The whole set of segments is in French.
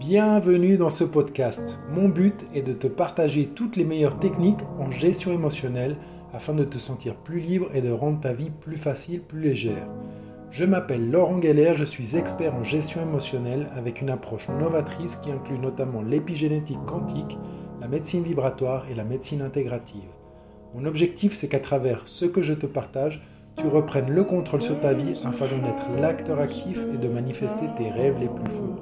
Bienvenue dans ce podcast. Mon but est de te partager toutes les meilleures techniques en gestion émotionnelle afin de te sentir plus libre et de rendre ta vie plus facile, plus légère. Je m'appelle Laurent Geller, je suis expert en gestion émotionnelle avec une approche novatrice qui inclut notamment l'épigénétique quantique, la médecine vibratoire et la médecine intégrative. Mon objectif, c'est qu'à travers ce que je te partage, tu reprennes le contrôle sur ta vie afin d'en être l'acteur actif et de manifester tes rêves les plus fous.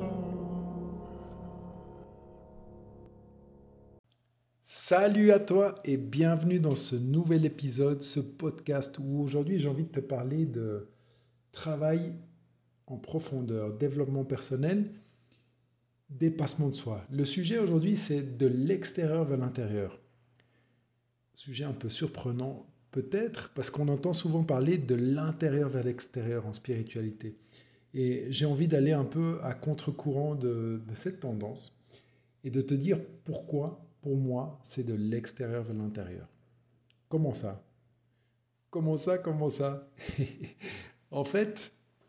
Salut à toi et bienvenue dans ce nouvel épisode, ce podcast où aujourd'hui j'ai envie de te parler de travail en profondeur, développement personnel, dépassement de soi. Le sujet aujourd'hui c'est de l'extérieur vers l'intérieur. Sujet un peu surprenant peut-être parce qu'on entend souvent parler de l'intérieur vers l'extérieur en spiritualité. Et j'ai envie d'aller un peu à contre-courant de cette tendance et de te dire pourquoi, pour moi, c'est de l'extérieur vers l'intérieur. Comment ça? Comment ça? Comment ça? En fait,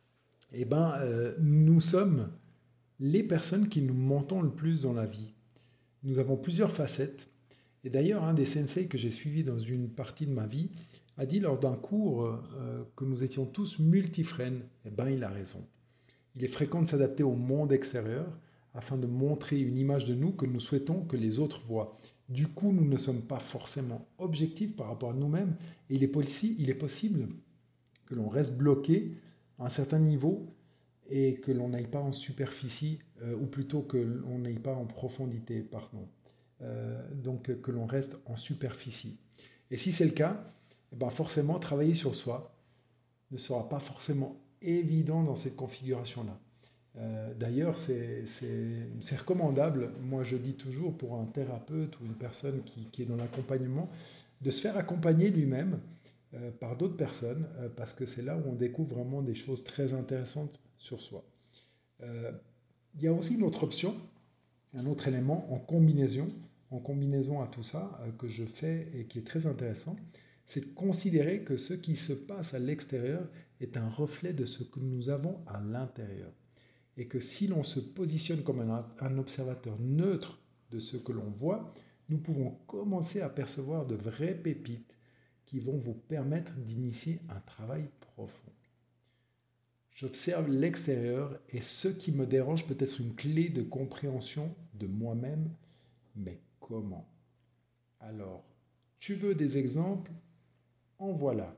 nous sommes les personnes qui nous mentons le plus dans la vie. Nous avons plusieurs facettes. Et d'ailleurs, un des sensei que j'ai suivi dans une partie de ma vie a dit lors d'un cours que nous étions tous multifrènes. Eh bien, il a raison. Il est fréquent de s'adapter au monde extérieur afin de montrer une image de nous que nous souhaitons que les autres voient. Du coup, nous ne sommes pas forcément objectifs par rapport à nous-mêmes et il est possible que l'on reste bloqué à un certain niveau et que l'on n'aille pas en superficie, ou plutôt que l'on n'aille pas en profondité, pardon. Donc que l'on reste en superficie. Et si c'est le cas, eh ben forcément, travailler sur soi ne sera pas forcément évident dans cette configuration-là. D'ailleurs, c'est recommandable, moi je dis toujours pour un thérapeute ou une personne qui est dans l'accompagnement, de se faire accompagner lui-même par d'autres personnes, parce que c'est là où on découvre vraiment des choses très intéressantes sur soi. Il y a aussi une autre option, un autre élément en combinaison à tout ça, que je fais et qui est très intéressant, c'est de considérer que ce qui se passe à l'extérieur est un reflet de ce que nous avons à l'intérieur. Et que si l'on se positionne comme un observateur neutre de ce que l'on voit, nous pouvons commencer à percevoir de vraies pépites qui vont vous permettre d'initier un travail profond. J'observe l'extérieur et ce qui me dérange peut être une clé de compréhension de moi-même, mais comment? Alors, tu veux des exemples? En voilà.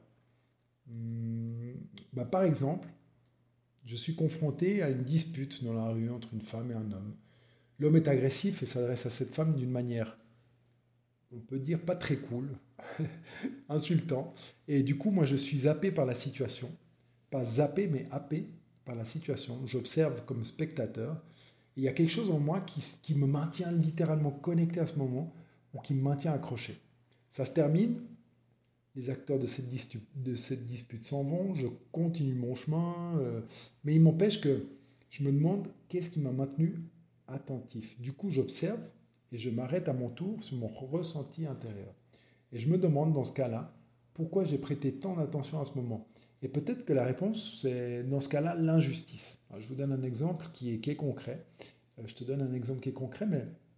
Par exemple, je suis confronté à une dispute dans la rue entre une femme et un homme. L'homme est agressif et s'adresse à cette femme d'une manière, on peut dire, pas très cool, insultant. Et du coup, moi, je suis zappé par la situation. Pas zappé, mais happé par la situation. J'observe comme spectateur. Et il y a quelque chose en moi qui me maintient littéralement connecté à ce moment ou qui me maintient accroché. Ça se termine, les acteurs de cette dispute s'en vont, je continue mon chemin, mais il m'empêche que je me demande qu'est-ce qui m'a maintenu attentif. Du coup, j'observe et je m'arrête à mon tour sur mon ressenti intérieur. Et je me demande dans ce cas-là, pourquoi j'ai prêté tant d'attention à ce moment. Et peut-être que la réponse, c'est dans ce cas-là l'injustice. Alors, je vous donne un exemple qui est concret. Je te donne un exemple qui est concret,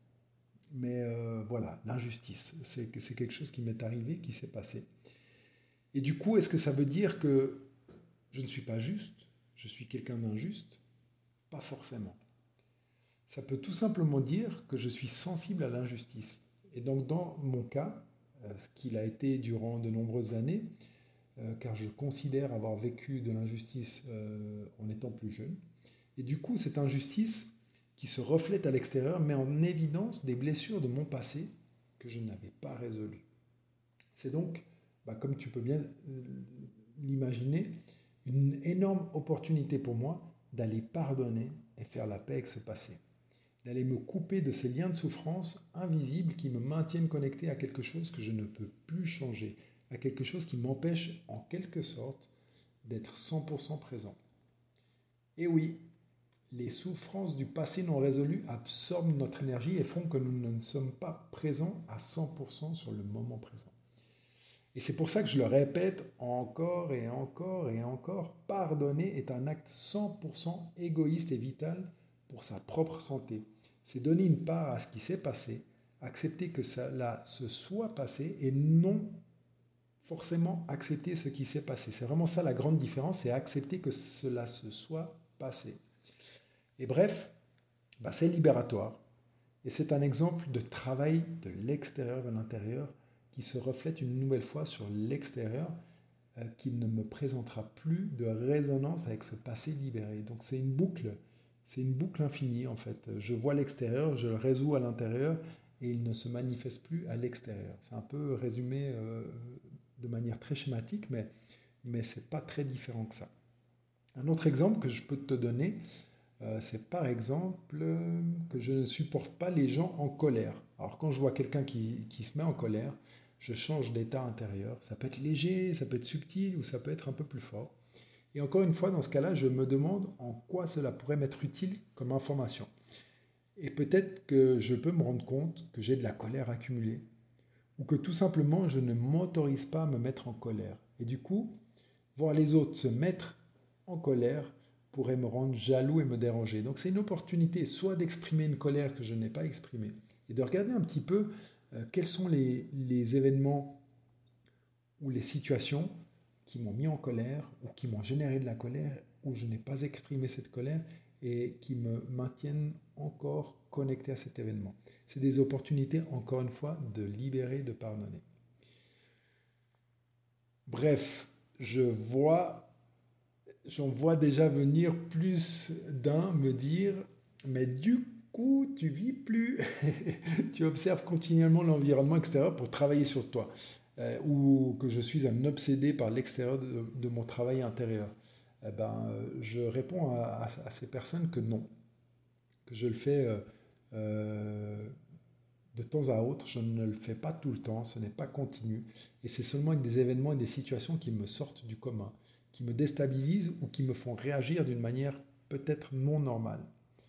mais voilà, l'injustice. C'est quelque chose qui m'est arrivé, qui s'est passé. Et du coup, est-ce que ça veut dire que je ne suis pas juste, je suis quelqu'un d'injuste? Pas forcément. Ça peut tout simplement dire que je suis sensible à l'injustice. Et donc dans mon cas, ce qu'il a été durant de nombreuses années, car je considère avoir vécu de l'injustice en étant plus jeune, et du coup cette injustice qui se reflète à l'extérieur met en évidence des blessures de mon passé que je n'avais pas résolues. C'est donc, comme tu peux bien l'imaginer, une énorme opportunité pour moi d'aller pardonner et faire la paix avec ce passé. D'aller me couper de ces liens de souffrance invisibles qui me maintiennent connecté à quelque chose que je ne peux plus changer, à quelque chose qui m'empêche en quelque sorte d'être 100% présent. Et oui, les souffrances du passé non résolues absorbent notre énergie et font que nous ne sommes pas présents à 100% sur le moment présent. Et c'est pour ça que je le répète encore et encore et encore, pardonner est un acte 100% égoïste et vital pour sa propre santé. C'est donner une part à ce qui s'est passé, accepter que cela se soit passé et non forcément accepter ce qui s'est passé. C'est vraiment ça la grande différence, c'est accepter que cela se soit passé. Et bref, c'est libératoire. Et c'est un exemple de travail de l'extérieur vers l'intérieur qui se reflète une nouvelle fois sur l'extérieur, qui ne me présentera plus de résonance avec ce passé libéré. Donc c'est une boucle infinie en fait. Je vois l'extérieur, je le résous à l'intérieur et il ne se manifeste plus à l'extérieur. C'est un peu résumé de manière très schématique, mais ce n'est pas très différent que ça. Un autre exemple que je peux te donner, c'est par exemple que je ne supporte pas les gens en colère. Alors quand je vois quelqu'un qui se met en colère, je change d'état intérieur. Ça peut être léger, ça peut être subtil ou ça peut être un peu plus fort. Et encore une fois, dans ce cas-là, je me demande en quoi cela pourrait m'être utile comme information. Et peut-être que je peux me rendre compte que j'ai de la colère accumulée ou que tout simplement je ne m'autorise pas à me mettre en colère. Et du coup, voir les autres se mettre en colère pourrait me rendre jaloux et me déranger. Donc c'est une opportunité soit d'exprimer une colère que je n'ai pas exprimée et de regarder un petit peu quels sont les événements ou les situations qui m'ont mis en colère ou qui m'ont généré de la colère où je n'ai pas exprimé cette colère et qui me maintiennent encore connecté à cet événement. C'est des opportunités, encore une fois, de libérer, de pardonner. Bref, j'en vois déjà venir plus d'un me dire, mais du coup, tu vis plus. Tu observes continuellement l'environnement extérieur pour travailler sur toi. Ou que je suis un obsédé par l'extérieur de mon travail intérieur. Je réponds à ces personnes que non, que je le fais euh, de temps à autre, je ne le fais pas tout le temps, ce n'est pas continu, et c'est seulement avec des événements et des situations qui me sortent du commun, qui me déstabilisent ou qui me font réagir d'une manière peut-être non normale.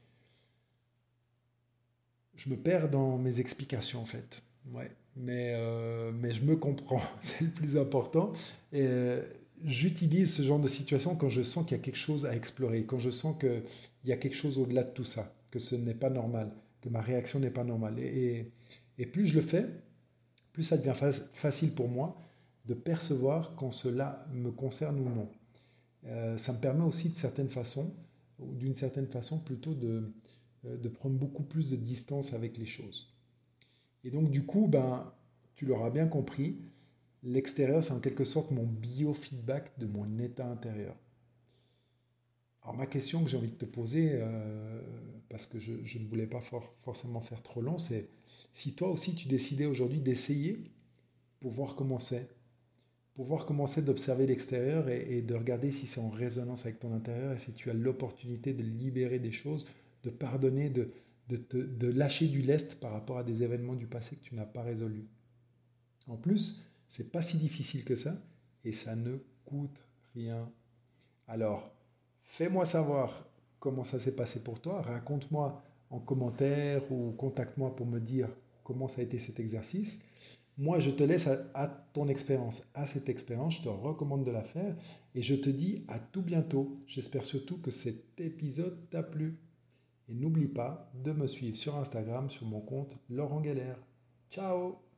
Je me perds dans mes explications en fait, ouais, mais je me comprends, c'est le plus important. Et, j'utilise ce genre de situation quand je sens qu'il y a quelque chose à explorer, quand je sens qu'il y a quelque chose au-delà de tout ça, que ce n'est pas normal, que ma réaction n'est pas normale. Et plus je le fais, plus ça devient facile pour moi de percevoir quand cela me concerne ou non. Ça me permet aussi de certaines façons, ou d'une certaine façon plutôt de prendre beaucoup plus de distance avec les choses. Et donc du coup, tu l'auras bien compris, l'extérieur c'est en quelque sorte mon biofeedback de mon état intérieur. Alors ma question que j'ai envie de te poser, parce que je ne voulais pas forcément faire trop long, c'est si toi aussi tu décidais aujourd'hui d'essayer pour voir comment c'est, pour voir comment c'est d'observer l'extérieur et de regarder si c'est en résonance avec ton intérieur et si tu as l'opportunité de libérer des choses, de pardonner, de lâcher du lest par rapport à des événements du passé que tu n'as pas résolus. En plus, c'est pas si difficile que ça et ça ne coûte rien. Alors, fais-moi savoir comment ça s'est passé pour toi, raconte-moi en commentaire ou contacte-moi pour me dire comment ça a été cet exercice. Moi, je te laisse à ton expérience, à cette expérience. Je te recommande de la faire et je te dis à tout bientôt. J'espère surtout que cet épisode t'a plu. Et n'oublie pas de me suivre sur Instagram sur mon compte Laurent Galère. Ciao!